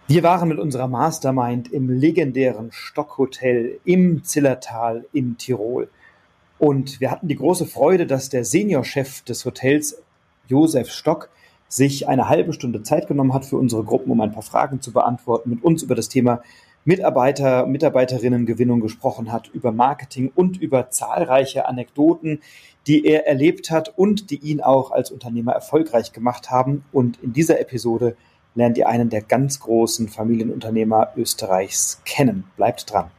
Wir waren mit unserer Mastermind im legendären Stock-Hotel im Zillertal in Tirol. Und wir hatten die große Freude, dass der Seniorchef des Hotels, Josef Stock, sich eine halbe Stunde Zeit genommen hat für unsere Gruppen, um ein paar Fragen zu beantworten, mit uns über das Thema Mitarbeiterinnengewinnung gesprochen hat, über Marketing und über zahlreiche Anekdoten, die er erlebt hat und die ihn auch als Unternehmer erfolgreich gemacht haben. Und in dieser Episode lernt ihr einen der ganz großen Familienunternehmer Österreichs kennen. Bleibt dran.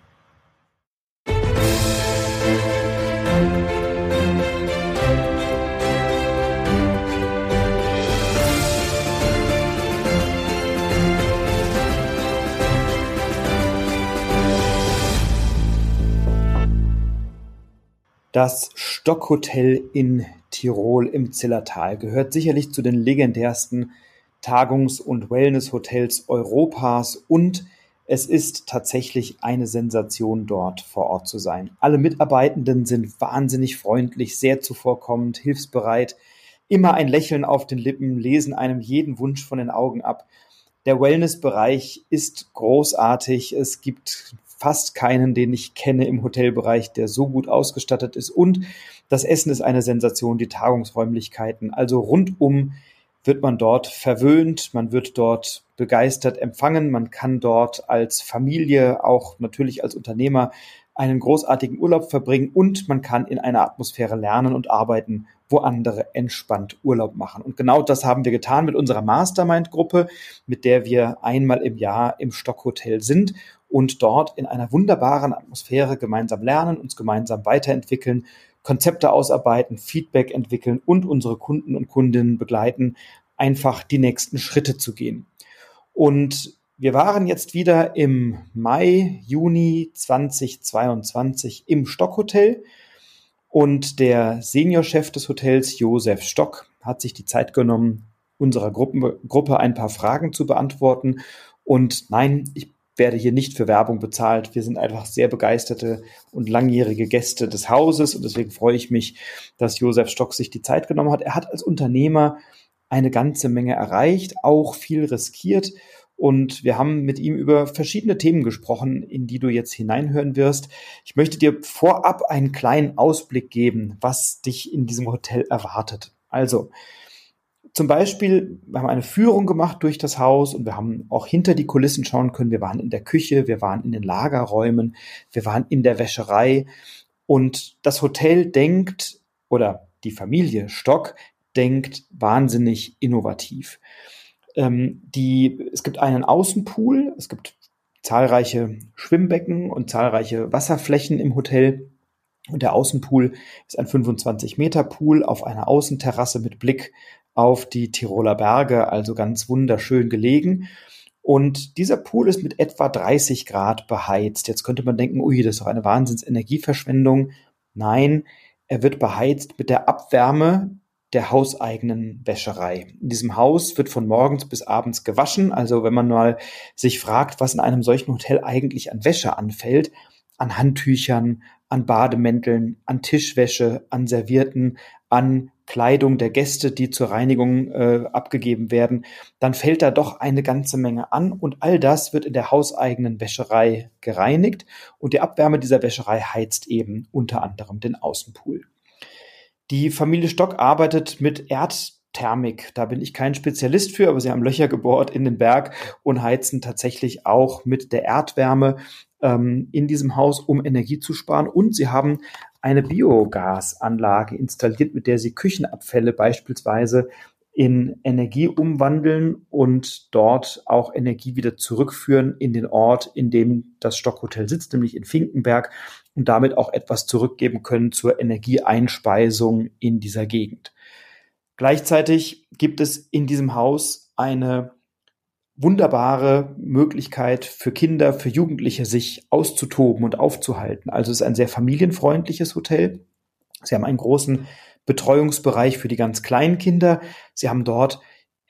Das Stock-Hotel in Tirol im Zillertal gehört sicherlich zu den legendärsten Tagungs- und Wellness-Hotels Europas und es ist tatsächlich eine Sensation, dort vor Ort zu sein. Alle Mitarbeitenden sind wahnsinnig freundlich, sehr zuvorkommend, hilfsbereit, immer ein Lächeln auf den Lippen, lesen einem jeden Wunsch von den Augen ab. Der Wellness-Bereich ist großartig. Es gibt fast keinen, den ich kenne im Hotelbereich, der so gut ausgestattet ist. Und das Essen ist eine Sensation, die Tagungsräumlichkeiten. Also rundum wird man dort verwöhnt, man wird dort begeistert empfangen, man kann dort als Familie, auch natürlich als Unternehmer, einen großartigen Urlaub verbringen und man kann in einer Atmosphäre lernen und arbeiten, wo andere entspannt Urlaub machen. Und genau das haben wir getan mit unserer Mastermind-Gruppe, mit der wir einmal im Jahr im Stock-Hotel sind und dort in einer wunderbaren Atmosphäre gemeinsam lernen, uns gemeinsam weiterentwickeln, Konzepte ausarbeiten, Feedback entwickeln und unsere Kunden und Kundinnen begleiten, einfach die nächsten Schritte zu gehen. Und wir waren jetzt wieder im Mai, Juni 2022 im Stock-Hotel und der Seniorchef des Hotels, Josef Stock, hat sich die Zeit genommen, unserer Gruppe ein paar Fragen zu beantworten. Und nein, ich werde hier nicht für Werbung bezahlt. Wir sind einfach sehr begeisterte und langjährige Gäste des Hauses und deswegen freue ich mich, dass Josef Stock sich die Zeit genommen hat. Er hat als Unternehmer eine ganze Menge erreicht, auch viel riskiert und wir haben mit ihm über verschiedene Themen gesprochen, in die du jetzt hineinhören wirst. Ich möchte dir vorab einen kleinen Ausblick geben, was dich in diesem Hotel erwartet. Also, zum Beispiel, wir haben eine Führung gemacht durch das Haus und wir haben auch hinter die Kulissen schauen können. Wir waren in der Küche, wir waren in den Lagerräumen, wir waren in der Wäscherei und das Hotel denkt, oder die Familie Stock denkt wahnsinnig innovativ. Es gibt einen Außenpool, es gibt zahlreiche Schwimmbecken und zahlreiche Wasserflächen im Hotel. Und der Außenpool ist ein 25-Meter-Pool auf einer Außenterrasse mit Blick auf die Tiroler Berge, also ganz wunderschön gelegen. Und dieser Pool ist mit etwa 30 Grad beheizt. Jetzt könnte man denken, ui, das ist doch eine Wahnsinnsenergieverschwendung. Nein, er wird beheizt mit der Abwärme der hauseigenen Wäscherei. In diesem Haus wird von morgens bis abends gewaschen. Also wenn man mal sich fragt, was in einem solchen Hotel eigentlich an Wäsche anfällt, an Handtüchern, an Bademänteln, an Tischwäsche, an Servietten, an Kleidung der Gäste, die zur Reinigung abgegeben werden, dann fällt da doch eine ganze Menge an und all das wird in der hauseigenen Wäscherei gereinigt und die Abwärme dieser Wäscherei heizt eben unter anderem den Außenpool. Die Familie Stock arbeitet mit Erdthermik. Da bin ich kein Spezialist für, aber sie haben Löcher gebohrt in den Berg und heizen tatsächlich auch mit der Erdwärme in diesem Haus, um Energie zu sparen. Und sie haben eine Biogasanlage installiert, mit der sie Küchenabfälle beispielsweise in Energie umwandeln und dort auch Energie wieder zurückführen in den Ort, in dem das Stock-Hotel sitzt, nämlich in Finkenberg, und damit auch etwas zurückgeben können zur Energieeinspeisung in dieser Gegend. Gleichzeitig gibt es in diesem Haus eine wunderbare Möglichkeit für Kinder, für Jugendliche, sich auszutoben und aufzuhalten. Also es ist ein sehr familienfreundliches Hotel. Sie haben einen großen Betreuungsbereich für die ganz kleinen Kinder. Sie haben dort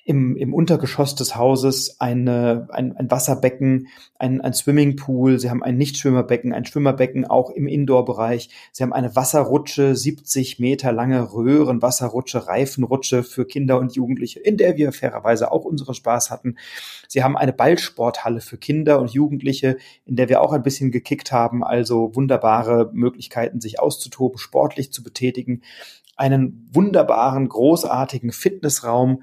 im Untergeschoss des Hauses ein Wasserbecken, ein Swimmingpool. Sie haben ein Nichtschwimmerbecken, ein Schwimmerbecken auch im Indoor-Bereich. Sie haben eine Wasserrutsche, 70 Meter lange Röhrenwasserrutsche, Reifenrutsche für Kinder und Jugendliche, in der wir fairerweise auch unseren Spaß hatten. Sie haben eine Ballsporthalle für Kinder und Jugendliche, in der wir auch ein bisschen gekickt haben, also wunderbare Möglichkeiten, sich auszutoben, sportlich zu betätigen. Einen wunderbaren, großartigen Fitnessraum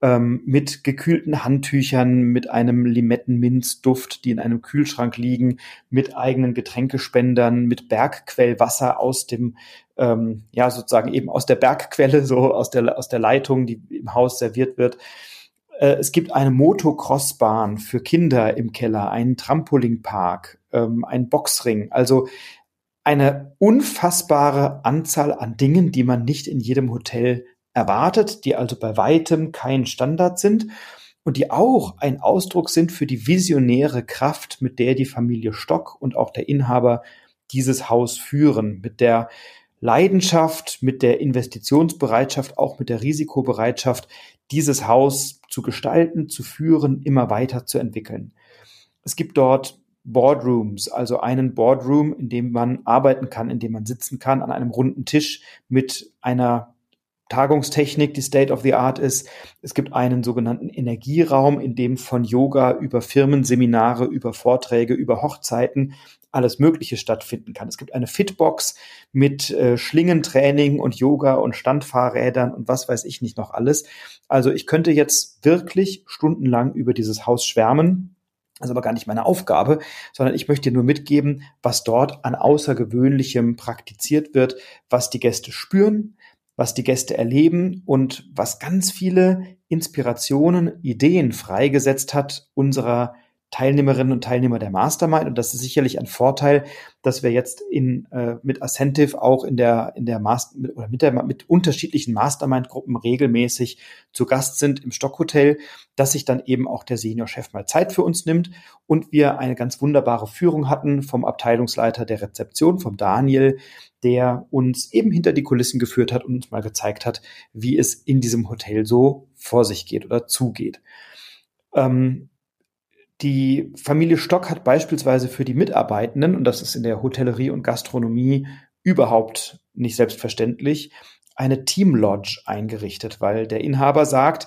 mit gekühlten Handtüchern, mit einem Limettenminzduft, die in einem Kühlschrank liegen, mit eigenen Getränkespendern, mit Bergquellwasser aus dem, sozusagen eben aus der Bergquelle, so aus der Leitung, die im Haus serviert wird. Es gibt eine Motocrossbahn für Kinder im Keller, einen Trampolinpark, einen Boxring, also eine unfassbare Anzahl an Dingen, die man nicht in jedem Hotel erwartet, die also bei weitem kein Standard sind und die auch ein Ausdruck sind für die visionäre Kraft, mit der die Familie Stock und auch der Inhaber dieses Haus führen, mit der Leidenschaft, mit der Investitionsbereitschaft, auch mit der Risikobereitschaft, dieses Haus zu gestalten, zu führen, immer weiter zu entwickeln. Es gibt dort Boardrooms, also einen Boardroom, in dem man arbeiten kann, in dem man sitzen kann, an einem runden Tisch mit einer Tagungstechnik, die State of the Art ist. Es gibt einen sogenannten Energieraum, in dem von Yoga über Firmenseminare, über Vorträge, über Hochzeiten alles Mögliche stattfinden kann. Es gibt eine Fitbox mit Schlingentraining und Yoga und Standfahrrädern und was weiß ich nicht noch alles. Also ich könnte jetzt wirklich stundenlang über dieses Haus schwärmen. Das ist aber gar nicht meine Aufgabe, sondern ich möchte dir nur mitgeben, was dort an Außergewöhnlichem praktiziert wird, was die Gäste spüren, was die Gäste erleben und was ganz viele Inspirationen, Ideen freigesetzt hat unserer Teilnehmerinnen und Teilnehmer der Mastermind. Und das ist sicherlich ein Vorteil, dass wir jetzt mit Ascentive auch mit unterschiedlichen Mastermind-Gruppen regelmäßig zu Gast sind im Stockhotel, dass sich dann eben auch der Seniorchef mal Zeit für uns nimmt und wir eine ganz wunderbare Führung hatten vom Abteilungsleiter der Rezeption, vom Daniel, der uns eben hinter die Kulissen geführt hat und uns mal gezeigt hat, wie es in diesem Hotel so vor sich geht oder zugeht. Die Familie Stock hat beispielsweise für die Mitarbeitenden, und das ist in der Hotellerie und Gastronomie überhaupt nicht selbstverständlich, eine Teamlodge eingerichtet, weil der Inhaber sagt,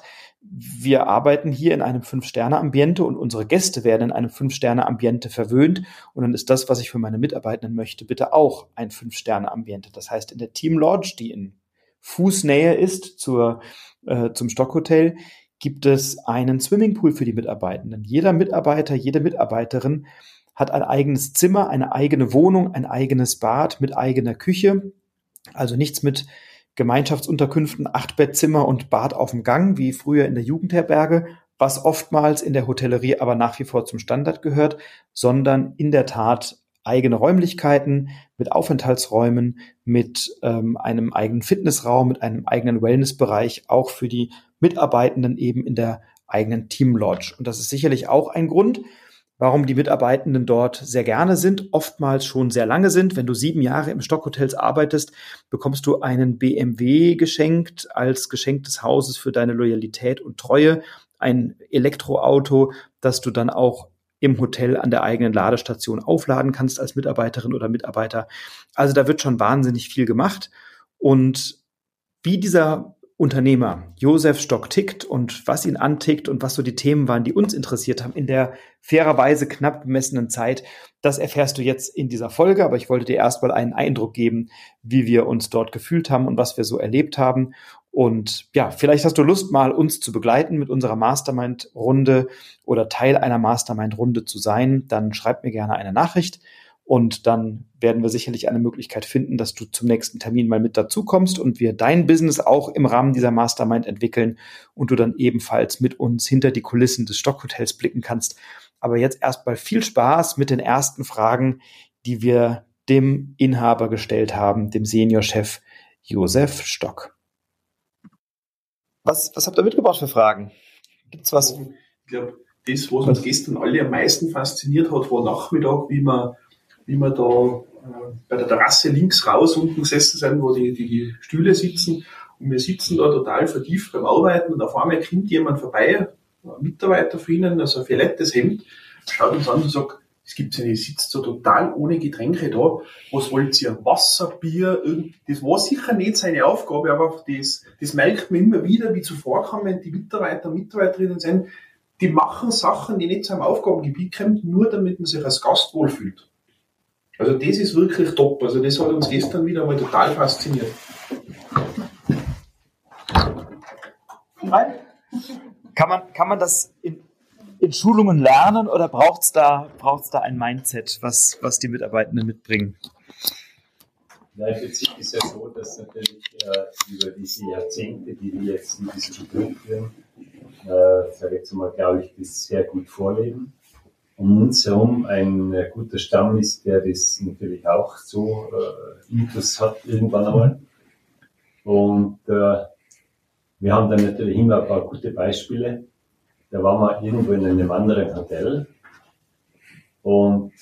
wir arbeiten hier in einem 5-Sterne-Ambiente und unsere Gäste werden in einem 5-Sterne-Ambiente verwöhnt und dann ist das, was ich für meine Mitarbeitenden möchte, bitte auch ein 5-Sterne-Ambiente. Das heißt, in der Teamlodge, die in Fußnähe ist zum Stockhotel, gibt es einen Swimmingpool für die Mitarbeitenden. Jeder Mitarbeiter, jede Mitarbeiterin hat ein eigenes Zimmer, eine eigene Wohnung, ein eigenes Bad mit eigener Küche. Also nichts mit Gemeinschaftsunterkünften, 8-Bettzimmer und Bad auf dem Gang, wie früher in der Jugendherberge, was oftmals in der Hotellerie aber nach wie vor zum Standard gehört, sondern in der Tat eigene Räumlichkeiten mit Aufenthaltsräumen, mit einem eigenen Fitnessraum, mit einem eigenen Wellnessbereich, auch für die Mitarbeitenden eben in der eigenen Teamlodge. Und das ist sicherlich auch ein Grund, warum die Mitarbeitenden dort sehr gerne sind, oftmals schon sehr lange sind. Wenn du 7 Jahre im Stockhotels arbeitest, bekommst du einen BMW geschenkt als Geschenk des Hauses für deine Loyalität und Treue, ein Elektroauto, das du dann auch im Hotel an der eigenen Ladestation aufladen kannst als Mitarbeiterin oder Mitarbeiter. Also da wird schon wahnsinnig viel gemacht. Und wie dieser Unternehmer Josef Stock tickt und was ihn antickt und was so die Themen waren, die uns interessiert haben in der fairerweise knapp bemessenen Zeit, das erfährst du jetzt in dieser Folge. Aber ich wollte dir erstmal einen Eindruck geben, wie wir uns dort gefühlt haben und was wir so erlebt haben. Und ja, vielleicht hast du Lust, mal uns zu begleiten mit unserer Mastermind-Runde oder Teil einer Mastermind-Runde zu sein. Dann schreib mir gerne eine Nachricht. Und dann werden wir sicherlich eine Möglichkeit finden, dass du zum nächsten Termin mal mit dazukommst und wir dein Business auch im Rahmen dieser Mastermind entwickeln und du dann ebenfalls mit uns hinter die Kulissen des Stockhotels blicken kannst. Aber jetzt erstmal viel Spaß mit den ersten Fragen, die wir dem Inhaber gestellt haben, dem Seniorchef Josef Stock. Was habt ihr mitgebracht für Fragen? Gibt's was? Ich glaube, das, was uns gestern alle am meisten fasziniert hat, war Nachmittag, wie wir da bei der Terrasse links raus unten gesessen sind, wo die Stühle sitzen und wir sitzen da total vertieft beim Arbeiten und auf einmal kommt jemand vorbei, ein Mitarbeiter von Ihnen, also ein violettes Hemd, schaut uns an und sagt, es gibt ja nicht, sitzt so total ohne Getränke da, was wollt ihr? Wasser, Bier, das war sicher nicht seine Aufgabe, aber das merkt man immer wieder, wie zuvor wenn die Mitarbeiter und Mitarbeiterinnen sind, die machen Sachen, die nicht zu einem Aufgabengebiet kommen, nur damit man sich als Gast wohlfühlt. Also das ist wirklich top. Also das hat uns gestern wieder mal total fasziniert. Kann man das in Schulungen lernen oder braucht's da ein Mindset, was die Mitarbeitenden mitbringen? Ja, im Prinzip ist ja so, dass natürlich über diese Jahrzehnte, die wir jetzt in diesem Studium führen, sage ich jetzt mal, glaube ich, das sehr gut vorleben. Um uns herum ein guter Stamm ist, der das natürlich auch so Intus hat irgendwann einmal. Und wir haben dann natürlich immer ein paar gute Beispiele. Da waren wir irgendwo in einem anderen Hotel und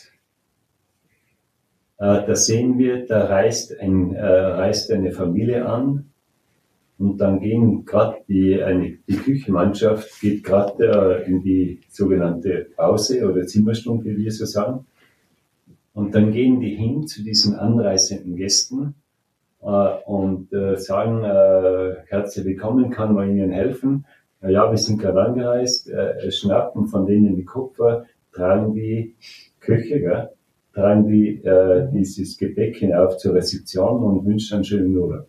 da sehen wir, da reist eine Familie an und dann gehen gerade die Küchenmannschaft geht gerade in die sogenannte Pause oder Zimmerstunde, wie wir so sagen. Und dann gehen die hin zu diesen anreisenden Gästen und sagen, herzlich willkommen, kann man Ihnen helfen? Ja, wir sind gerade angereist, schnappen von denen die Kupfer, tragen die Köche, gell? Tragen die dieses Gepäck hinauf zur Rezeption und wünschen einen schönen Urlaub.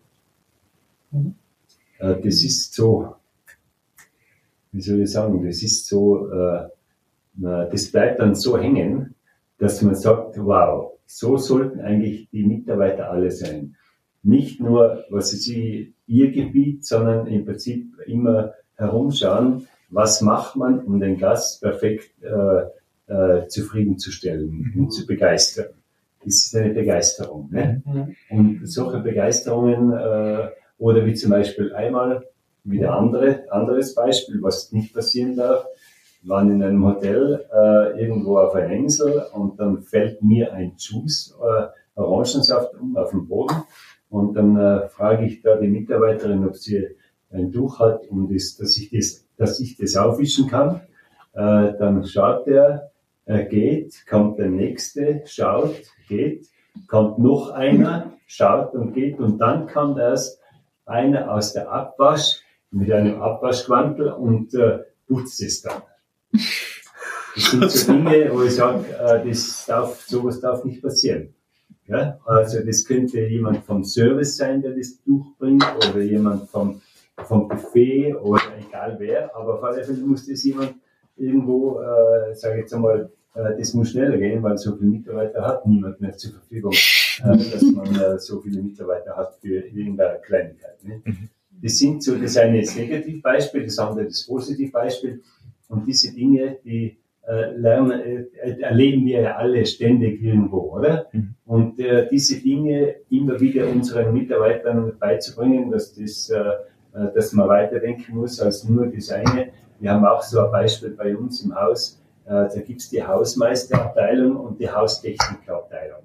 Das ist so, wie soll ich sagen, das ist so, das bleibt dann so hängen, dass man sagt, wow, so sollten eigentlich die Mitarbeiter alle sein. Nicht nur, was ist ihr Gebiet, sondern im Prinzip immer herumschauen, was macht man, um den Gast perfekt zufriedenzustellen und zu begeistern. Das ist eine Begeisterung. Ne? Und solche Begeisterungen, oder wie zum Beispiel einmal, wieder anderes Beispiel, was nicht passieren darf, waren in einem Hotel irgendwo auf einer Insel und dann fällt mir ein Juice, Orangensaft auf den Boden und dann frage ich da die Mitarbeiterin, ob sie ein Tuch hat, dass ich das aufwischen kann. Dann schaut der, geht, kommt der nächste, schaut, geht, kommt noch einer, schaut und geht und dann kommt erst einer aus der Abwasch mit einem Abwaschquantel und putzt es dann. Das sind so Dinge, wo ich sage, sowas darf nicht passieren. Ja? Also das könnte jemand vom Service sein, der das Tuch bringt, oder jemand vom Buffet oder egal wer, aber auf alle Fälle muss das jemand irgendwo, sage ich jetzt einmal, das muss schneller gehen, weil so viele Mitarbeiter hat niemand mehr zur Verfügung, dass man so viele Mitarbeiter hat für irgendeine Kleinigkeit. Ne? Das eine ist das Negativbeispiel, das andere das Positivbeispiel. Und diese Dinge, die erleben wir ja alle ständig irgendwo, oder? Und diese Dinge immer wieder unseren Mitarbeitern beizubringen, dass man weiterdenken muss als nur das eine. Wir haben auch so ein Beispiel bei uns im Haus. Da gibt es die Hausmeisterabteilung und die Haustechnikerabteilung.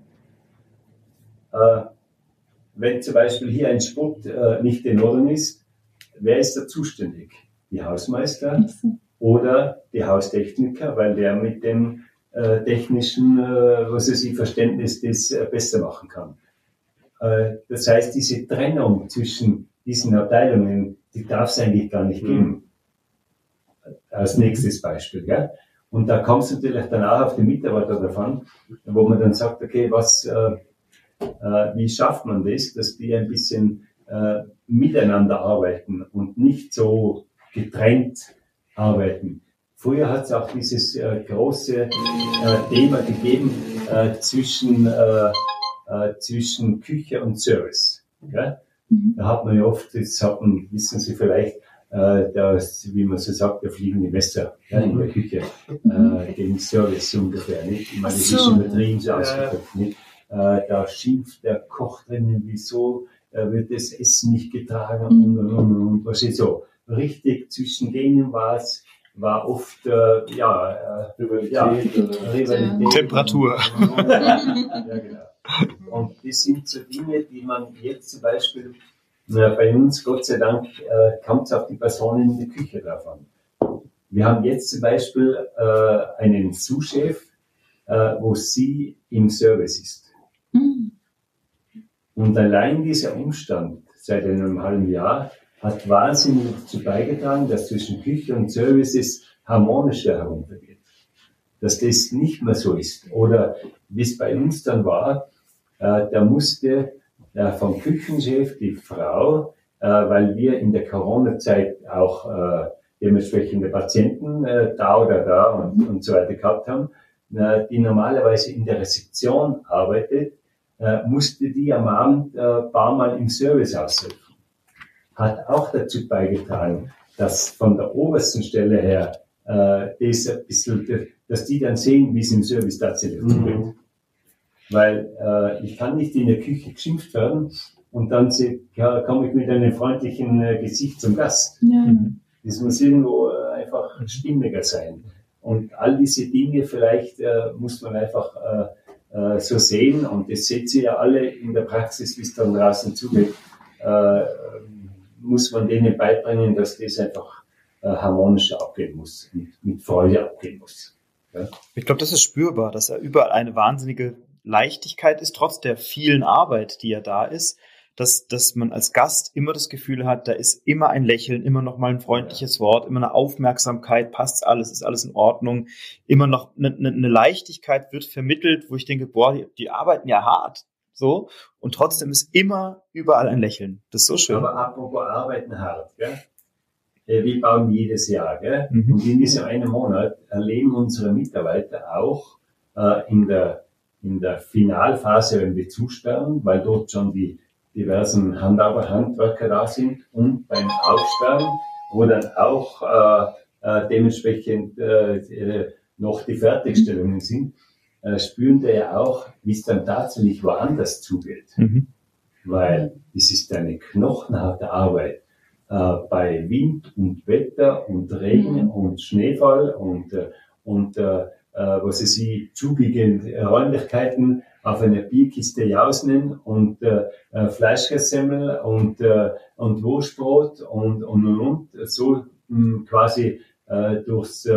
Wenn zum Beispiel hier ein Spott nicht in Ordnung ist, wer ist da zuständig? Die Hausmeister oder die Haustechniker, weil der mit dem technischen Verständnis das besser machen kann. Das heißt, diese Trennung zwischen diesen Abteilungen, die darf es eigentlich gar nicht geben. Als nächstes Beispiel. Gell? Und da kommt es natürlich dann auch auf die Mitarbeiter davon, wo man dann sagt, okay, wie schafft man das, dass die ein bisschen miteinander arbeiten und nicht so getrennt arbeiten. Früher hat es auch dieses große Thema gegeben zwischen Küche und Service. Gell? Da hat man ja oft, wissen Sie vielleicht, wie man so sagt, der fliegende Messer in der Küche, den Service ungefähr, nicht? Ich meine, das ist übertrieben so ausgedrückt, nicht? Da schimpft der Koch drinnen, wieso wird das Essen nicht getragen und was ist so. Richtig, zwischen denen war oft, Rivalität. Temperatur. Ja, genau. Und das sind so Dinge, die man jetzt zum Beispiel Bei uns, Gott sei Dank, kommt es auf die Personen in der Küche drauf an. Wir haben jetzt zum Beispiel einen Sous-Chef, wo sie im Service ist. Und allein dieser Umstand seit einem halben Jahr hat wahnsinnig dazu beigetragen, dass zwischen Küche und Services harmonischer heruntergeht. Dass das nicht mehr so ist. Oder wie es bei uns dann war, da musste vom Küchenchef die Frau, weil wir in der Corona-Zeit auch dementsprechende Patienten da oder da und so weiter gehabt haben, die normalerweise in der Rezeption arbeitet, musste die am Abend ein paar Mal im Service aushelfen. Hat auch dazu beigetragen, dass von der obersten Stelle her das ein bisschen, dass die dann sehen, wie es im Service tatsächlich zugeht. Weil ich kann nicht in der Küche geschimpft werden und dann komme ich mit einem freundlichen Gesicht zum Gast. Ja. Das muss irgendwo einfach stimmiger sein. Und all diese Dinge vielleicht muss man einfach so sehen, und das seht ihr ja alle in der Praxis, wie es dann draußen zugeht, muss man denen beibringen, dass das einfach harmonischer abgehen muss und mit Freude abgehen muss. Ja? Ich glaube, das ist spürbar, dass er überall eine wahnsinnige Leichtigkeit ist, trotz der vielen Arbeit, die ja da ist, dass man als Gast immer das Gefühl hat, da ist immer ein Lächeln, immer noch mal ein freundliches Wort, immer eine Aufmerksamkeit, passt alles, ist alles in Ordnung, immer noch eine Leichtigkeit wird vermittelt, wo ich denke, boah, die arbeiten ja hart, so, und trotzdem ist immer überall ein Lächeln. Das ist so schön. Aber apropos arbeiten hart, gell? Wir bauen jedes Jahr, gell? Und in diesem einen Monat erleben unsere Mitarbeiter auch in der Finalphase, wenn wir zusperren, weil dort schon die diversen Handwerker da sind, und beim Aufsperren, wo dann auch dementsprechend noch die Fertigstellungen sind, spüren wir ja auch, wie es dann tatsächlich woanders zugeht. Weil es ist eine knochenharte Arbeit bei Wind und Wetter und Regen und Schneefall und was weiß ich, zugige Räumlichkeiten auf einer Bierkiste jausen und Fleischkässemmel und Wurstbrot und so quasi durchs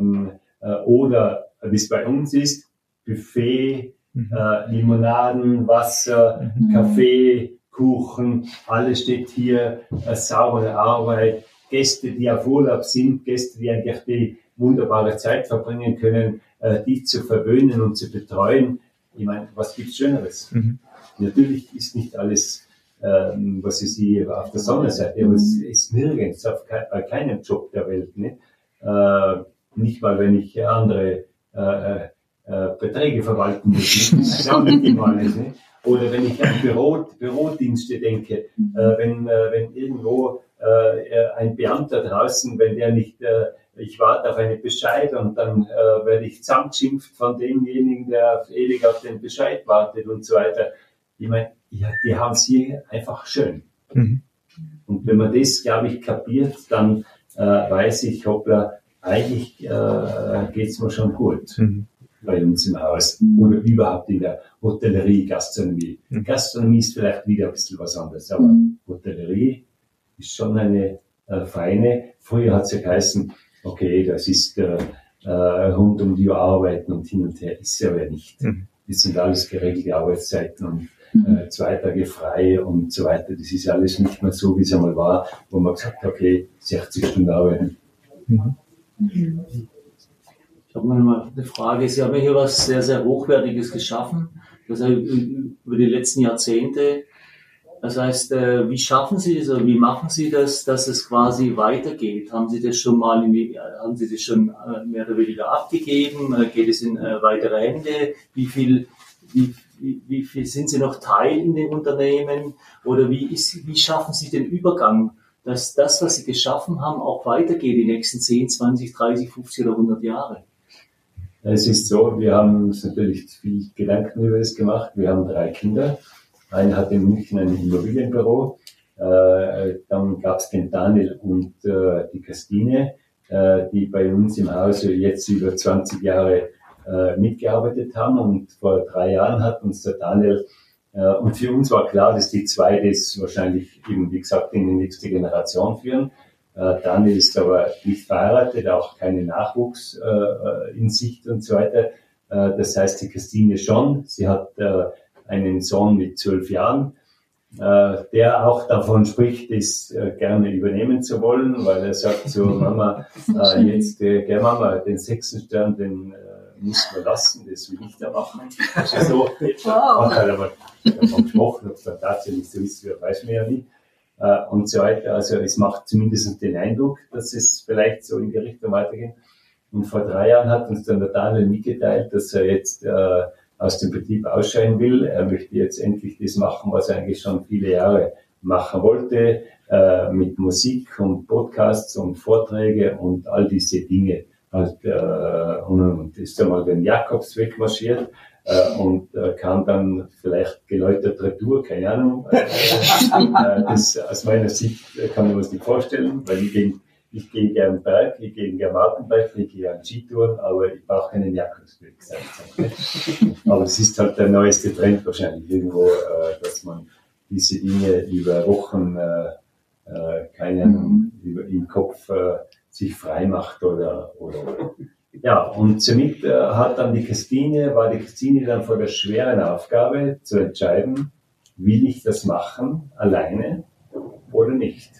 oder wie es bei uns ist, Buffet, Limonaden, Wasser, Kaffee, Kuchen, alles steht hier, saubere Arbeit, Gäste, die auf Urlaub sind, Gäste, die eigentlich die wunderbare Zeit verbringen können, die zu verwöhnen und zu betreuen. Ich meine, was gibt's Schöneres? Natürlich ist nicht alles, was ich sehe, auf der Sonnenseite, aber es ist nirgends, bei keinem Job der Welt. Nicht, nicht mal, wenn ich andere Beträge verwalten muss. Das ist auch nicht immer alles. Nicht? Oder wenn ich an Bürodienste denke, wenn irgendwo ein Beamter draußen, wenn der nicht, ich warte auf einen Bescheid und dann werde ich zusammengeschimpft von demjenigen, der ewig auf den Bescheid wartet und so weiter. Ich meine, ja, die haben es hier einfach schön. Und wenn man das, glaube ich, kapiert, dann weiß ich, hoppla, eigentlich geht's mir schon gut. Bei uns im Haus oder überhaupt in der Hotellerie, Gastronomie. Gastronomie ist vielleicht wieder ein bisschen was anderes, aber Hotellerie ist schon eine feine. Früher hat es ja geheißen, okay, das ist rund um die Uhr arbeiten und hin und her, ist ja aber nicht. Das sind alles geregelte Arbeitszeiten und 2 Tage frei und so weiter. Das ist alles nicht mehr so, wie es einmal war, wo man gesagt hat, okay, 60 Stunden arbeiten. Ich habe mal eine Frage. Sie haben hier was sehr, sehr Hochwertiges geschaffen, das heißt, über die letzten Jahrzehnte. Das heißt, wie schaffen Sie das oder wie machen Sie das, dass es quasi weitergeht? Haben Sie das schon mal haben Sie das schon mehr oder weniger abgegeben? Geht es in weitere Hände? Wie viel sind Sie noch Teil in dem Unternehmen? Oder wie schaffen Sie den Übergang, dass das, was Sie geschaffen haben, auch weitergeht die nächsten 10, 20, 30, 50 oder 100 Jahre? Es ist so, wir haben uns natürlich viel Gedanken über das gemacht. Wir haben 3 Kinder. Einer hat in München ein Immobilienbüro. Dann gab es den Daniel und die Christine, die bei uns im Hause jetzt über 20 Jahre mitgearbeitet haben. Und vor 3 Jahren hat uns der Daniel Und für uns war klar, dass die zwei das wahrscheinlich eben, wie gesagt, in die nächste Generation führen. Daniel ist aber nicht verheiratet, auch keinen Nachwuchs in Sicht und so weiter. Das heißt, die Christine schon. Sie hat einen Sohn mit 12 Jahren, der auch davon spricht, das gerne übernehmen zu wollen, weil er sagt so, Mama, jetzt, Mama, den 6. Stern, den muss man lassen, das will ich da machen. Also so, hat halt aber davon gesprochen, ob es dann tatsächlich so ist, weiß man ja nicht. Und so weiter. Also es macht zumindest den Eindruck, dass es vielleicht so in die Richtung weitergeht. Und vor 3 Jahren hat uns dann der Daniel mitgeteilt, dass er jetzt aus dem Betrieb ausscheiden will. Er möchte jetzt endlich das machen, was er eigentlich schon viele Jahre machen wollte, mit Musik und Podcasts und Vorträge und all diese Dinge. Und ist einmal den Jakobsweg marschiert und kam dann vielleicht geläutert Retour, keine Ahnung. Das, aus meiner Sicht kann ich mir das nicht vorstellen, weil ich gehe gern Berg, ich gehe gern Mountainbike, ich gehe gern Skitouren, aber ich brauche keinen Jakobsweg. Aber es ist halt der neueste Trend wahrscheinlich irgendwo, dass man diese Dinge über Wochen, keine Ahnung, im Kopf sich frei macht oder. Ja, und somit war die Christine dann vor der schweren Aufgabe zu entscheiden, will ich das machen, alleine oder nicht.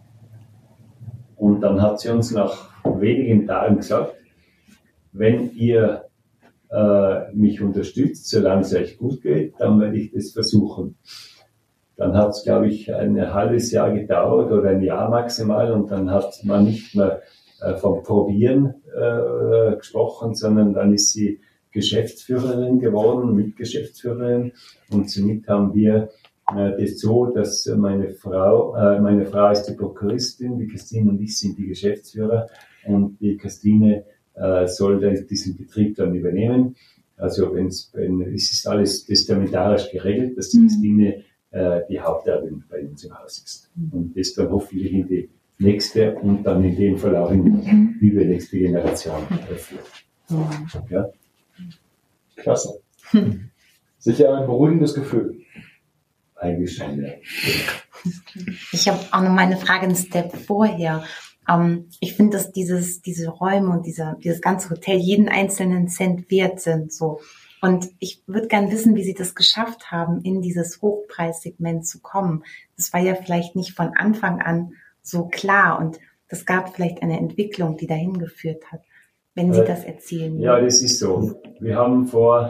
Und dann hat sie uns nach wenigen Tagen gesagt, wenn ihr mich unterstützt, solange es euch gut geht, dann werde ich das versuchen. Dann hat es, glaube ich, ein halbes Jahr gedauert oder ein Jahr maximal und dann hat man nicht mehr vom Probieren gesprochen, sondern dann ist sie Geschäftsführerin geworden, Mitgeschäftsführerin und somit haben wir das so, dass meine Frau ist die Prokuristin, die Christine und ich sind die Geschäftsführer und die Christine soll diesen Betrieb dann übernehmen. Also es ist alles testamentarisch geregelt, dass die Christine die Haupterbin bei uns im Haus ist. Und das dann hoffentlich in die nächste und dann in dem Fall auch in die übernächste Generation führt. Ja? Klasse. Sicher ein beruhigendes Gefühl. Eigentlich schon, ja. Ich habe auch noch mal eine Frage, einen Step vorher. Ich finde, dass diese Räume und dieses ganze Hotel jeden einzelnen Cent wert sind, so. Und ich würde gern wissen, wie Sie das geschafft haben, in dieses Hochpreissegment zu kommen. Das war ja vielleicht nicht von Anfang an so klar und das gab vielleicht eine Entwicklung, die dahin geführt hat. Wenn Sie das erzählen. Ja, das ist so. Wir haben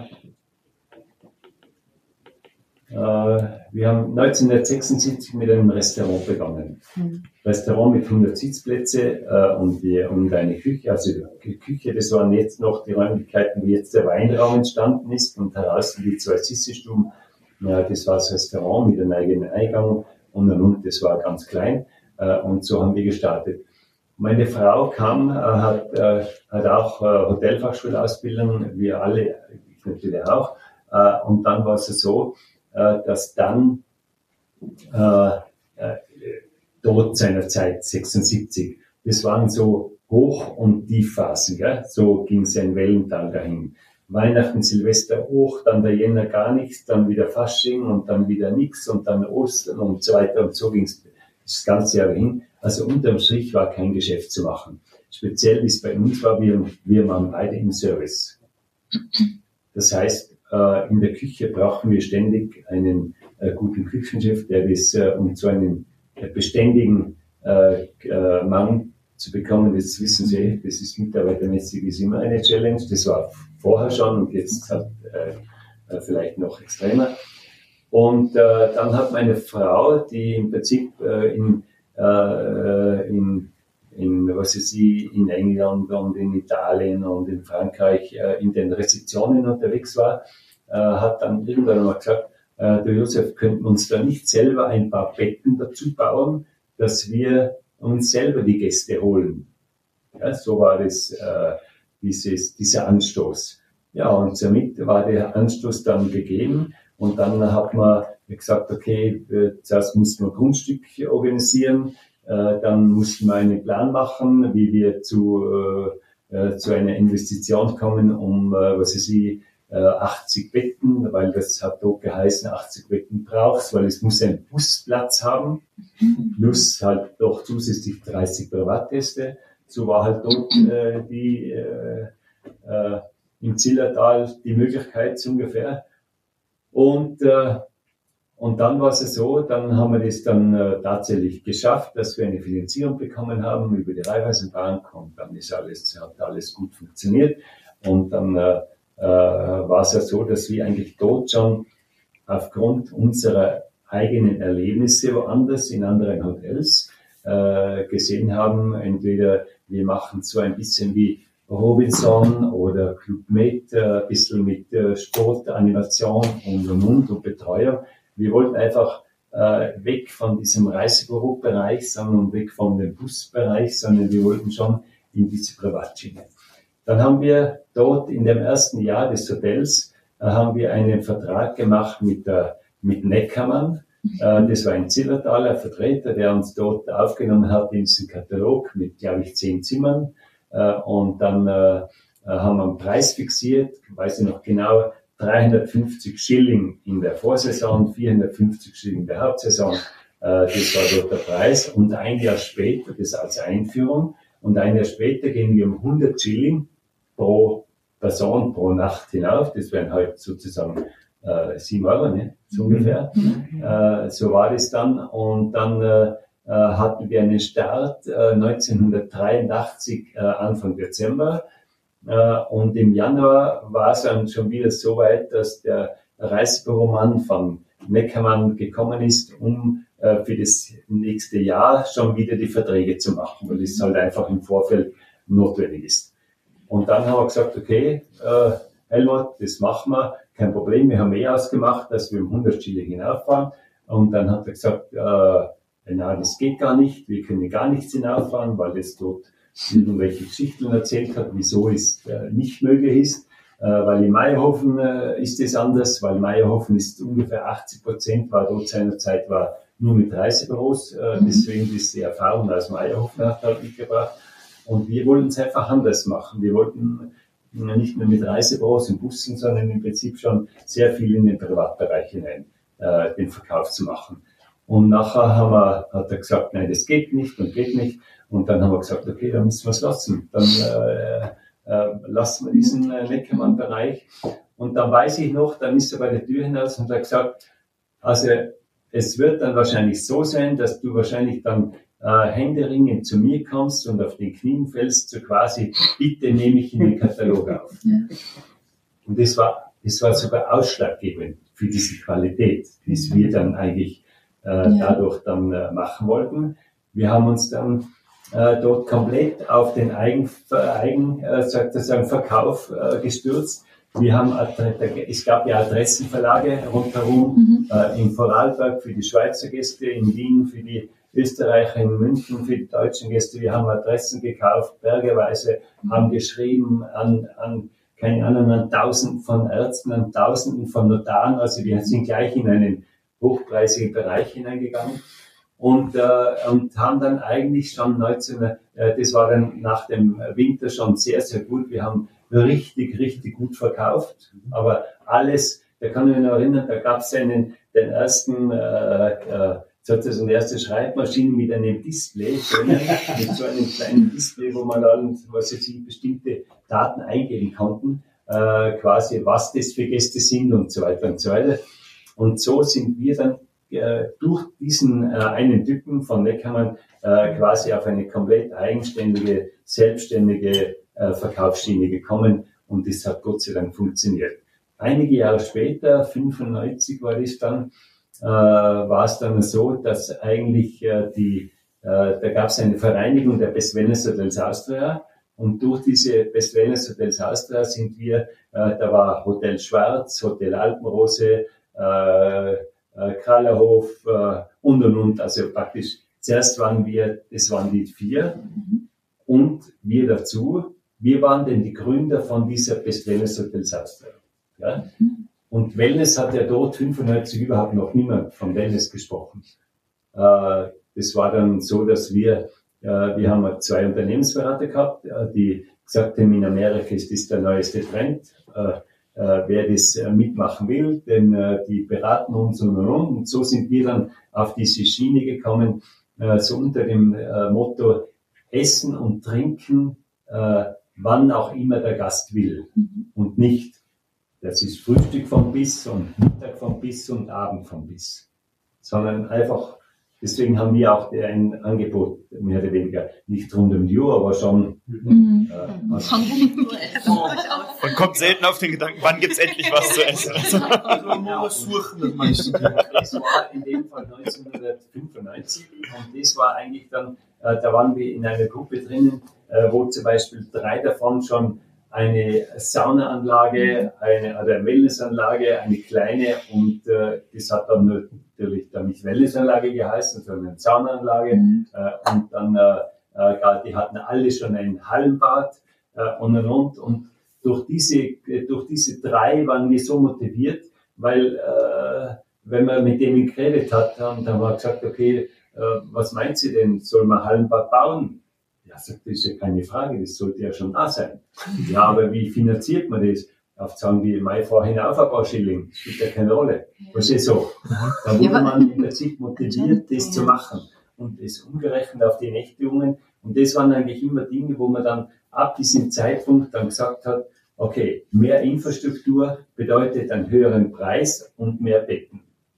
1976 mit einem Restaurant begonnen. Restaurant mit 100 Sitzplätze und eine Küche. Also die Küche, das waren jetzt noch die Räumlichkeiten, wie jetzt der Weinraum entstanden ist und draußen die 2 Sissestuben. Ja, das war das Restaurant mit einem eigenen Eingang und das war ganz klein und so haben wir gestartet. Meine Frau hat auch Hotelfachschulausbildung, wir alle, ich natürlich auch. Und dann war es so, dass dann dort seinerzeit 76, das waren so Hoch- und Tiefphasen, gell? So ging es ein Wellental dahin. Weihnachten, Silvester hoch, dann der Jänner gar nichts, dann wieder Fasching und dann wieder nichts und dann Ostern und so weiter und so ging es das ganze Jahr hin. Also unterm Strich war kein Geschäft zu machen. Speziell wie es bei uns war, wir waren beide im Service. Das heißt, in der Küche brauchen wir ständig einen guten Küchenchef, der das, um zu einem beständigen Mann zu bekommen, das wissen Sie, das ist mitarbeitermäßig ist immer eine Challenge. Das war vorher schon und jetzt vielleicht noch extremer. Und dann hat meine Frau, die im Prinzip in England und in Italien und in Frankreich in den Rezeptionen unterwegs war, hat dann irgendwann einmal gesagt, der Josef, könnten uns da nicht selber ein paar Betten dazu bauen, dass wir uns selber die Gäste holen. Ja, so war das, dieser Anstoß. Ja, und somit war der Anstoß dann gegeben und dann hat man gesagt, okay, zuerst mussten wir Grundstück organisieren, dann mussten wir einen Plan machen, wie wir zu einer Investition kommen, um, 80 Betten, weil das hat dort geheißen, 80 Betten brauchst, weil es muss einen Busplatz haben, plus halt doch zusätzlich 30 Privatgäste. So war halt dort im Zillertal die Möglichkeit so ungefähr. Und dann war es so, dann haben wir das dann tatsächlich geschafft, dass wir eine Finanzierung bekommen haben über die Raiffeisenbank und dann hat alles gut funktioniert. Und dann war es ja so, dass wir eigentlich dort schon aufgrund unserer eigenen Erlebnisse woanders in anderen Hotels gesehen haben, entweder wir machen so ein bisschen wie Robinson oder Club Med, ein bisschen mit Sport, Animation und Betreuung. Wir wollten einfach weg von diesem Reisebürobereich, sondern weg von dem Busbereich, sondern wir wollten schon in diese Privatschiene. Dann haben wir dort in dem ersten Jahr des Hotels haben wir einen Vertrag gemacht mit Neckermann. Das war ein Zillertaler Vertreter, der uns dort aufgenommen hat in diesen Katalog mit, glaube ich, 10 Zimmern. Und dann haben wir einen Preis fixiert, weiß ich noch genau, 350 Schilling in der Vorsaison, 450 Schilling in der Hauptsaison. Das war dort der Preis. Und ein Jahr später, das als Einführung, und ein Jahr später gehen wir um 100 Schilling pro Person, pro Nacht hinauf. Das wären halt sozusagen 7 Euro, ne? So ungefähr. So war das dann. Und dann hatten wir einen Start 1983, Anfang Dezember. Und im Januar war es dann schon wieder so weit, dass der Reisebüromann von Neckermann gekommen ist, um für das nächste Jahr schon wieder die Verträge zu machen, weil es halt einfach im Vorfeld notwendig ist. Und dann haben wir gesagt, okay, Helmut, das machen wir, kein Problem, wir haben ausgemacht, dass wir um 100 Schilling hinauffahren. Und dann hat er gesagt, na, das geht gar nicht, wir können gar nichts hinauffahren, weil das dort irgendwelche Geschichten erzählt hat, wieso es nicht möglich ist. Weil in Meierhofen ist es anders, weil Meierhofen ist ungefähr 80%, war dort seinerzeit war nur mit Reisebüros, deswegen ist die Erfahrung aus Meierhofen hat halt mitgebracht. Und wir wollten es einfach anders machen. Wir wollten nicht nur mit Reisebüros und Bussen, sondern im Prinzip schon sehr viel in den Privatbereich hinein den Verkauf zu machen. Und nachher hat er gesagt, nein, das geht nicht und geht nicht. Und dann haben wir gesagt, okay, dann müssen wir es lassen. Dann lassen wir diesen Neckermann-Bereich. Und dann weiß ich noch, dann ist er bei der Tür hinaus und hat gesagt, also es wird dann wahrscheinlich so sein, dass du wahrscheinlich dann händeringend zu mir kommst und auf den Knien fällst, so quasi, bitte nehme ich in den Katalog auf. Ja. Und das war sogar ausschlaggebend für diese Qualität, die wir dann eigentlich dadurch dann machen wollten. Wir haben uns dann dort komplett auf den Verkauf gestürzt. Wir haben, es gab ja Adressenverlage rundherum, in Vorarlberg für die Schweizer Gäste, in Wien für die Österreicher, in München für die deutschen Gäste. Wir haben Adressen gekauft, bergeweise, haben geschrieben an keine Ahnung, an Tausenden von Ärzten, an Tausenden von Notaren. Also wir sind gleich in einen hochpreisigen Bereich hineingegangen und haben dann eigentlich schon das war dann nach dem Winter schon sehr, sehr gut. Wir haben richtig, richtig gut verkauft, aber alles, da kann ich mich noch erinnern, da gab es den ersten, sozusagen die erste Schreibmaschine mit einem Display, mit so einem kleinen Display, wo man dann, bestimmte Daten eingeben konnten, quasi was das für Gäste sind und so weiter und so weiter. Und so sind wir dann durch diesen einen Typen von Neckermann quasi auf eine komplett eigenständige, selbstständige Verkaufsschiene gekommen und das hat Gott sei Dank funktioniert. Einige Jahre später, 95 war das dann, war es dann so, dass eigentlich da gab es eine Vereinigung der Best Wellness Hotels Austria und durch diese Best Wellness Hotels Austria sind wir, da war Hotel Schwarz, Hotel Alpenrose, Krallerhof und, also praktisch zuerst waren die 4 und wir dazu, wir waren denn die Gründer von dieser Best Wellness Hotels Austria. Ja? Und Wellness hat ja dort 95 überhaupt noch niemand von Wellness gesprochen. Das war dann so, dass wir haben 2 Unternehmensberater gehabt, die gesagt haben, in Amerika ist das der neueste Trend. wer das mitmachen will, denn die beraten uns und so sind wir dann auf diese Schiene gekommen, so unter dem Motto Essen und Trinken, wann auch immer der Gast will und nicht, das ist Frühstück vom Biss und Mittag vom Biss und Abend vom Biss, sondern einfach, deswegen haben wir auch ein Angebot, mehr oder weniger, nicht rund um die Uhr, aber schon. Und kommt selten auf den Gedanken, wann gibt's endlich was zu essen. Also man muss suchen, das meiste. Das war in dem Fall 1995 und das war eigentlich dann, da waren wir in einer Gruppe drinnen, wo zum Beispiel 3 davon schon eine Saunaanlage, eine Wellnessanlage, eine kleine und das hat dann natürlich dann nicht Wellnessanlage geheißen, sondern eine Saunaanlage und dann die hatten alle schon ein Hallenbad und durch diese 3 waren wir so motiviert, weil wenn man mit denen geredet hat, dann haben wir gesagt, okay, was meint sie denn, soll man Hallenbad bauen? Ja, sagt, das ist ja keine Frage, das sollte ja schon da sein. Ja, aber wie finanziert man das? Oft sagen die, ich fahre hinauf ein paar Schilling, das spielt ja keine Rolle. Was ist so? Da wurde man im Prinzip motiviert, das zu machen. Und das umgerechnet auf die Nächtigungen. Und das waren eigentlich immer Dinge, wo man dann ab diesem Zeitpunkt dann gesagt hat, okay, mehr Infrastruktur bedeutet einen höheren Preis und mehr Betten.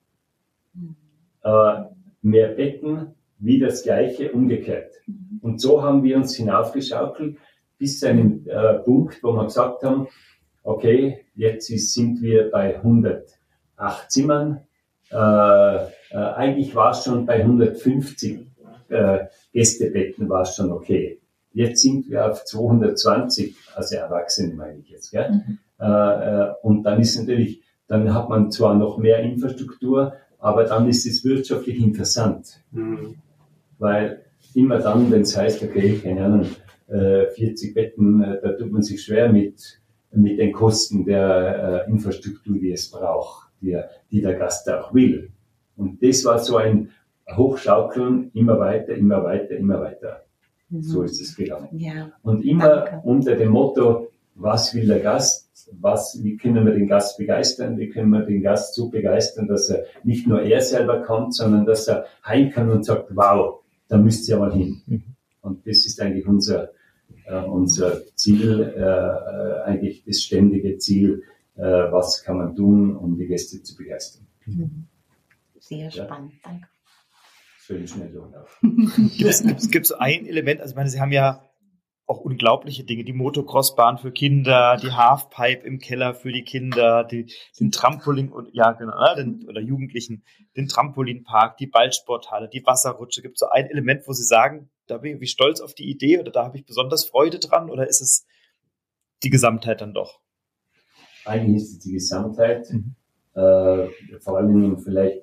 Mehr Betten, wie das Gleiche, umgekehrt. Und so haben wir uns hinaufgeschaukelt bis zu einem Punkt, wo wir gesagt haben, okay, jetzt sind wir bei 108 Zimmern. Eigentlich war es schon bei 150 Gästebetten war es schon okay. Jetzt sind wir auf 220, also Erwachsene meine ich jetzt. Gell? Und dann ist natürlich, dann hat man zwar noch mehr Infrastruktur, aber dann ist es wirtschaftlich interessant. Weil immer dann, wenn es heißt, okay, keine Ahnung, 40 Betten, da tut man sich schwer mit den Kosten der Infrastruktur, die es braucht, die der Gast auch will. Und das war so ein Hochschaukeln, immer weiter, immer weiter, immer weiter. So ist es gegangen. Ja. Und immer unter dem Motto, was will der Gast? Wie können wir den Gast begeistern? Wie können wir den Gast so begeistern, dass er nicht nur er selber kommt, sondern dass er heim kann und sagt, wow, da müsst ihr mal hin. Und das ist eigentlich unser Ziel, eigentlich das ständige Ziel, was kann man tun, um die Gäste zu begeistern. Sehr spannend, danke. Völlig schnell durchlaufen. Gibt es ein Element, also ich meine, Sie haben ja auch unglaubliche Dinge, die Motocrossbahn für Kinder, die Halfpipe im Keller für die Kinder, den Trampolin und oder Jugendlichen, den Trampolinpark, die Ballsporthalle, die Wasserrutsche. Gibt es so ein Element, wo Sie sagen, da bin ich irgendwie stolz auf die Idee oder da habe ich besonders Freude dran oder ist es die Gesamtheit dann doch? Eigentlich ist es die Gesamtheit, vor allen Dingen vielleicht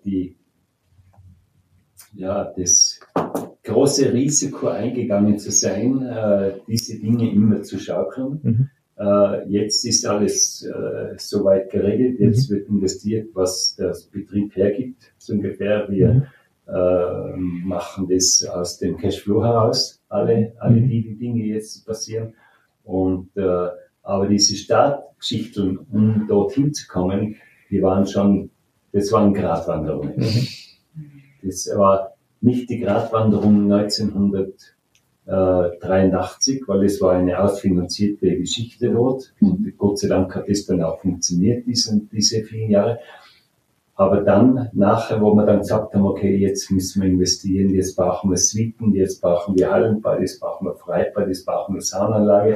das große Risiko eingegangen zu sein, diese Dinge immer zu schaukeln. Jetzt ist alles soweit geregelt, jetzt wird investiert, was der Betrieb hergibt, so ungefähr. Wir machen das aus dem Cashflow heraus, alle die Dinge jetzt passieren. Und aber diese Startgeschichten, um dorthin zu kommen, das waren Gratwanderungen. Das war nicht die Gratwanderung 1983, weil es war eine ausfinanzierte Geschichte dort. Und Gott sei Dank hat es dann auch funktioniert, diese vielen Jahre. Aber dann, nachher, wo wir dann gesagt haben, okay, jetzt müssen wir investieren, jetzt brauchen wir Suiten, jetzt brauchen wir Hallenbad, jetzt brauchen wir Freibad, jetzt brauchen wir Saunaanlage.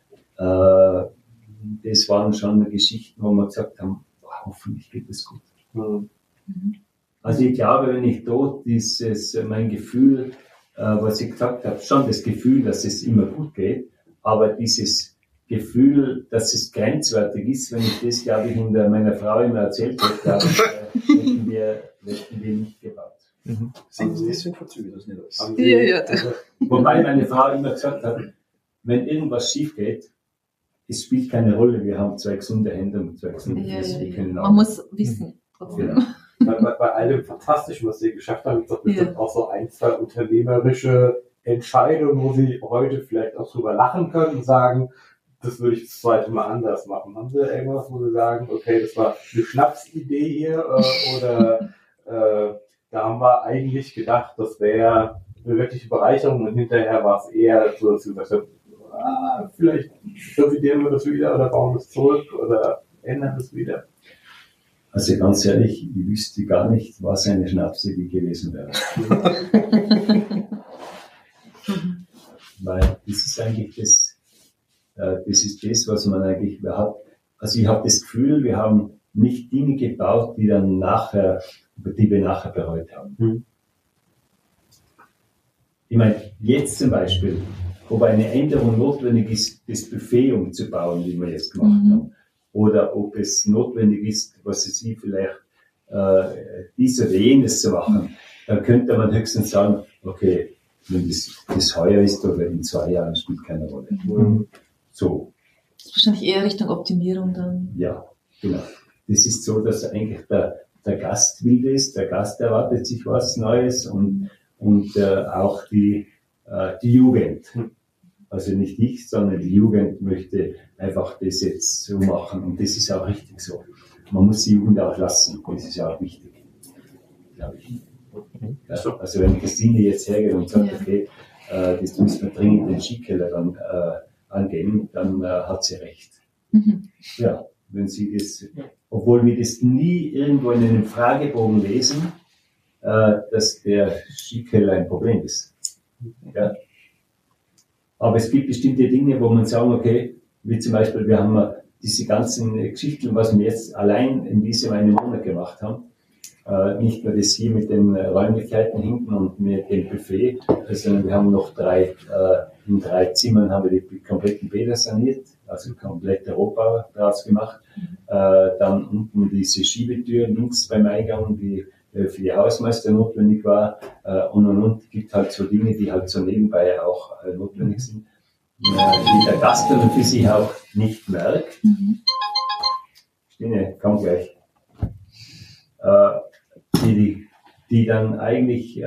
Das waren schon Geschichten, wo wir gesagt haben, hoffentlich geht es gut. Also ich glaube, wenn ich dort mein Gefühl, was ich gesagt habe, schon das Gefühl, dass es immer gut geht, aber dieses Gefühl, dass es grenzwertig ist, wenn ich das, glaube ich, meiner Frau immer erzählt habe, glaube ich, hätten wir nicht gebaut. Sind Sie deswegen verzögert, das nicht alles? Ja. Wobei meine Frau immer gesagt hat, wenn irgendwas schief geht, es spielt keine Rolle, wir haben 2 gesunde Hände und 2 gesunde Füße. Wir können Man muss wissen. Genau. Bei allem Fantastischen, was Sie geschafft haben, ist doch bestimmt auch so 1, 2 unternehmerische Entscheidungen, wo Sie heute vielleicht auch drüber lachen können und sagen, das würde ich das zweite Mal anders machen. Haben Sie irgendwas, wo Sie sagen, okay, das war eine Schnapsidee hier oder da haben wir eigentlich gedacht, das wäre eine wirkliche Bereicherung und hinterher war es eher so, dass Sie gesagt haben, vielleicht revidieren wir das wieder oder bauen das zurück oder ändern das wieder. Also ganz ehrlich, ich wüsste gar nicht, was eine Schnapsidee gewesen wäre. Weil das ist eigentlich das ist das, was man eigentlich hat. Also ich habe das Gefühl, wir haben nicht Dinge gebaut, die wir nachher bereut haben. Ich meine, jetzt zum Beispiel, ob eine Änderung notwendig ist, das Buffet umzubauen, wie wir jetzt gemacht haben, oder ob es notwendig ist, was Sie vielleicht dies oder jenes zu machen, dann könnte man höchstens sagen, okay, wenn das heuer ist oder in 2 Jahren, spielt keine Rolle. So. Das ist wahrscheinlich eher Richtung Optimierung dann. Ja, genau. Das ist so, dass eigentlich der Gast will das, der Gast erwartet sich was Neues und auch die Jugend. Also nicht ich, sondern die Jugend möchte einfach das jetzt so machen und das ist auch richtig so. Man muss die Jugend auch lassen, das ist auch wichtig, glaube ich. Ja, also wenn Christine jetzt hergeht und sagt, okay, das müssen wir dringend den Skikeller dann angehen, dann hat sie recht. Ja, wenn sie das, obwohl wir das nie irgendwo in einem Fragebogen lesen, dass der Skikeller ein Problem ist. Ja. Aber es gibt bestimmte Dinge, wo man sagen, okay, wie zum Beispiel, wir haben diese ganzen Geschichten, was wir jetzt allein in diesem einen Monat gemacht haben, nicht nur das hier mit den Räumlichkeiten hinten und mit dem Buffet, sondern wir haben noch in 3 Zimmern haben wir die kompletten Bäder saniert, also komplett Europa daraus gemacht. Dann unten diese Schiebetür links beim Eingang, die für die Hausmeister notwendig war. Und gibt halt so Dinge, die halt so nebenbei auch notwendig sind, die der Gast dann für sich auch nicht merkt. Stine, komm gleich. Die dann eigentlich,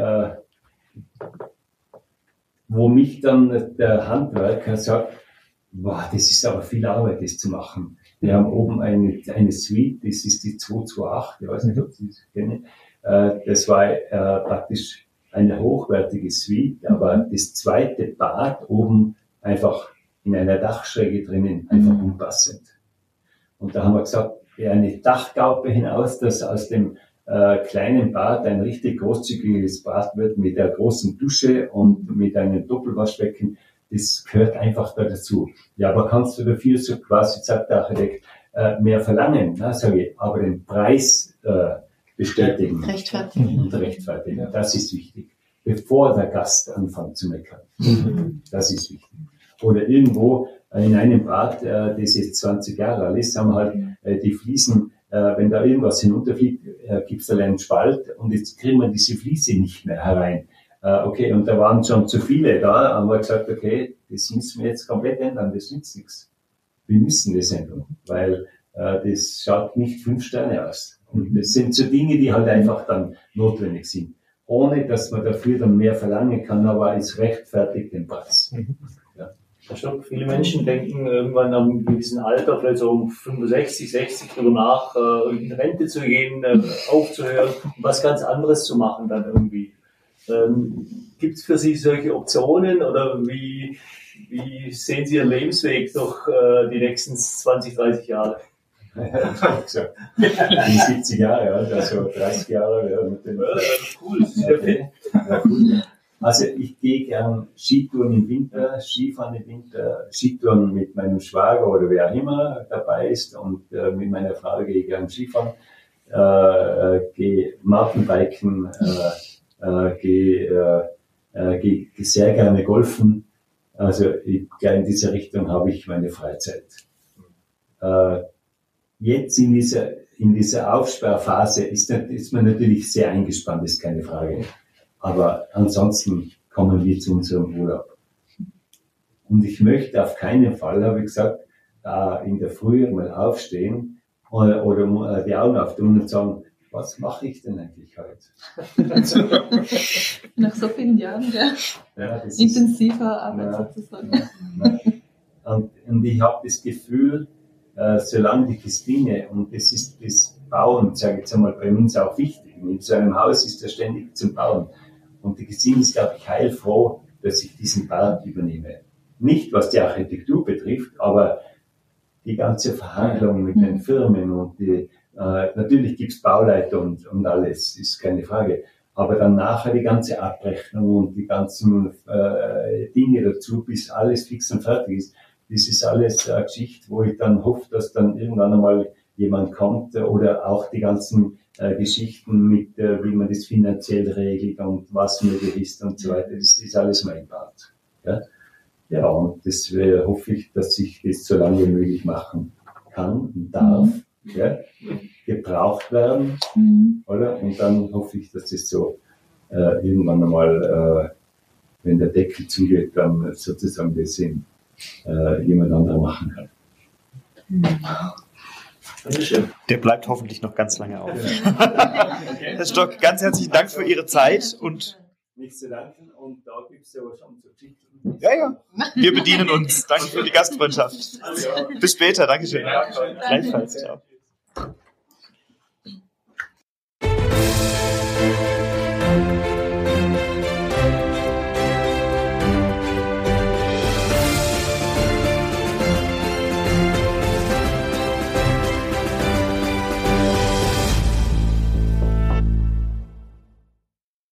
wo mich dann der Handwerker sagt, boah, das ist aber viel Arbeit, das zu machen. Wir haben oben eine Suite, das ist die 228, ich weiß nicht, ob Sie das kennen. Das war praktisch eine hochwertige Suite, aber das zweite Bad oben einfach in einer Dachschräge drinnen, einfach unpassend. Und da haben wir gesagt, eine Dachgaupe hinaus, dass aus dem kleinen Bad ein richtig großzügiges Bad wird mit der großen Dusche und mit einem Doppelwaschbecken, das gehört einfach da dazu. Ja, aber kannst du dafür so quasi, sagt der Architekt, mehr verlangen? Na, sage ich, aber den Preis bestätigen und rechtfertigen. Das ist wichtig. Bevor der Gast anfängt zu meckern. Das ist wichtig. Oder irgendwo in einem Bad, das jetzt 20 Jahre alt ist, haben halt die Fliesen, wenn da irgendwas hinunterfliegt, gibt es da einen Spalt und jetzt kriegen wir diese Fliese nicht mehr herein. Okay, und da waren schon zu viele da, haben wir gesagt, okay, das müssen wir jetzt komplett ändern, das nützt nichts. Wir müssen das ändern, weil das schaut nicht 5 Sterne aus. Und das sind so Dinge, die halt einfach dann notwendig sind. Ohne, dass man dafür dann mehr verlangen kann, aber es rechtfertigt den Preis. Ja. Ich glaube, viele Menschen denken irgendwann am gewissen Alter, vielleicht so um 65, 60 darüber nach, in Rente zu gehen, aufzuhören und was ganz anderes zu machen dann irgendwie. Gibt es für Sie solche Optionen oder wie sehen Sie Ihren Lebensweg durch die nächsten 20, 30 Jahre? Ja, gesagt. Ich bin 70 Jahre alt, also 30 Jahre. Ja, mit dem das ist cool, das ist okay. Ja, cool. Also ich gehe gern Skitouren im Winter, Skifahren im Winter, Skitouren mit meinem Schwager oder wer auch immer dabei ist und mit meiner Frau gehe ich gern Skifahren, gehe Mountainbiken, gehe sehr gerne golfen. Also in dieser Richtung habe ich meine Freizeit. Jetzt in dieser Aufsperrphase ist man natürlich sehr eingespannt, ist keine Frage. Aber ansonsten kommen wir zu unserem Urlaub. Und ich möchte auf keinen Fall, habe ich gesagt, in der Früh mal aufstehen oder die Augen auftun und sagen, was mache ich denn eigentlich heute? Nach so vielen Jahren, ja. Intensiver Arbeit sozusagen. Und ich habe das Gefühl, solange die Christine, und das ist das Bauen, sage ich jetzt einmal, bei uns auch wichtig. In so einem Haus ist er ständig zum Bauen. Und die Christine ist, glaube ich, heilfroh, dass ich diesen Bau übernehme. Nicht, was die Architektur betrifft, aber die ganze Verhandlung mit den Firmen und natürlich gibt's Bauleiter und alles, ist keine Frage. Aber dann nachher die ganze Abrechnung und die ganzen Dinge dazu, bis alles fix und fertig ist, das ist alles eine Geschichte, wo ich dann hoffe, dass dann irgendwann einmal jemand kommt oder auch die ganzen Geschichten mit, wie man das finanziell regelt und was möglich ist und so weiter. Das ist alles mein Part. Ja, und das hoffe ich, dass ich das so lange wie möglich machen kann und darf. Ja, gebraucht werden, oder? Und dann hoffe ich, dass das so irgendwann einmal, wenn der Deckel zugeht, dann sozusagen das jemand anderer machen kann. Der bleibt hoffentlich noch ganz lange auf. Herr Stock, ganz herzlichen Dank für Ihre Zeit und Nichts zu danken, und da gibt es ja was schon zu Geschichten. ja, wir bedienen uns. Danke für die Gastfreundschaft. Bis später, Dankeschön. Gleichfalls, ciao.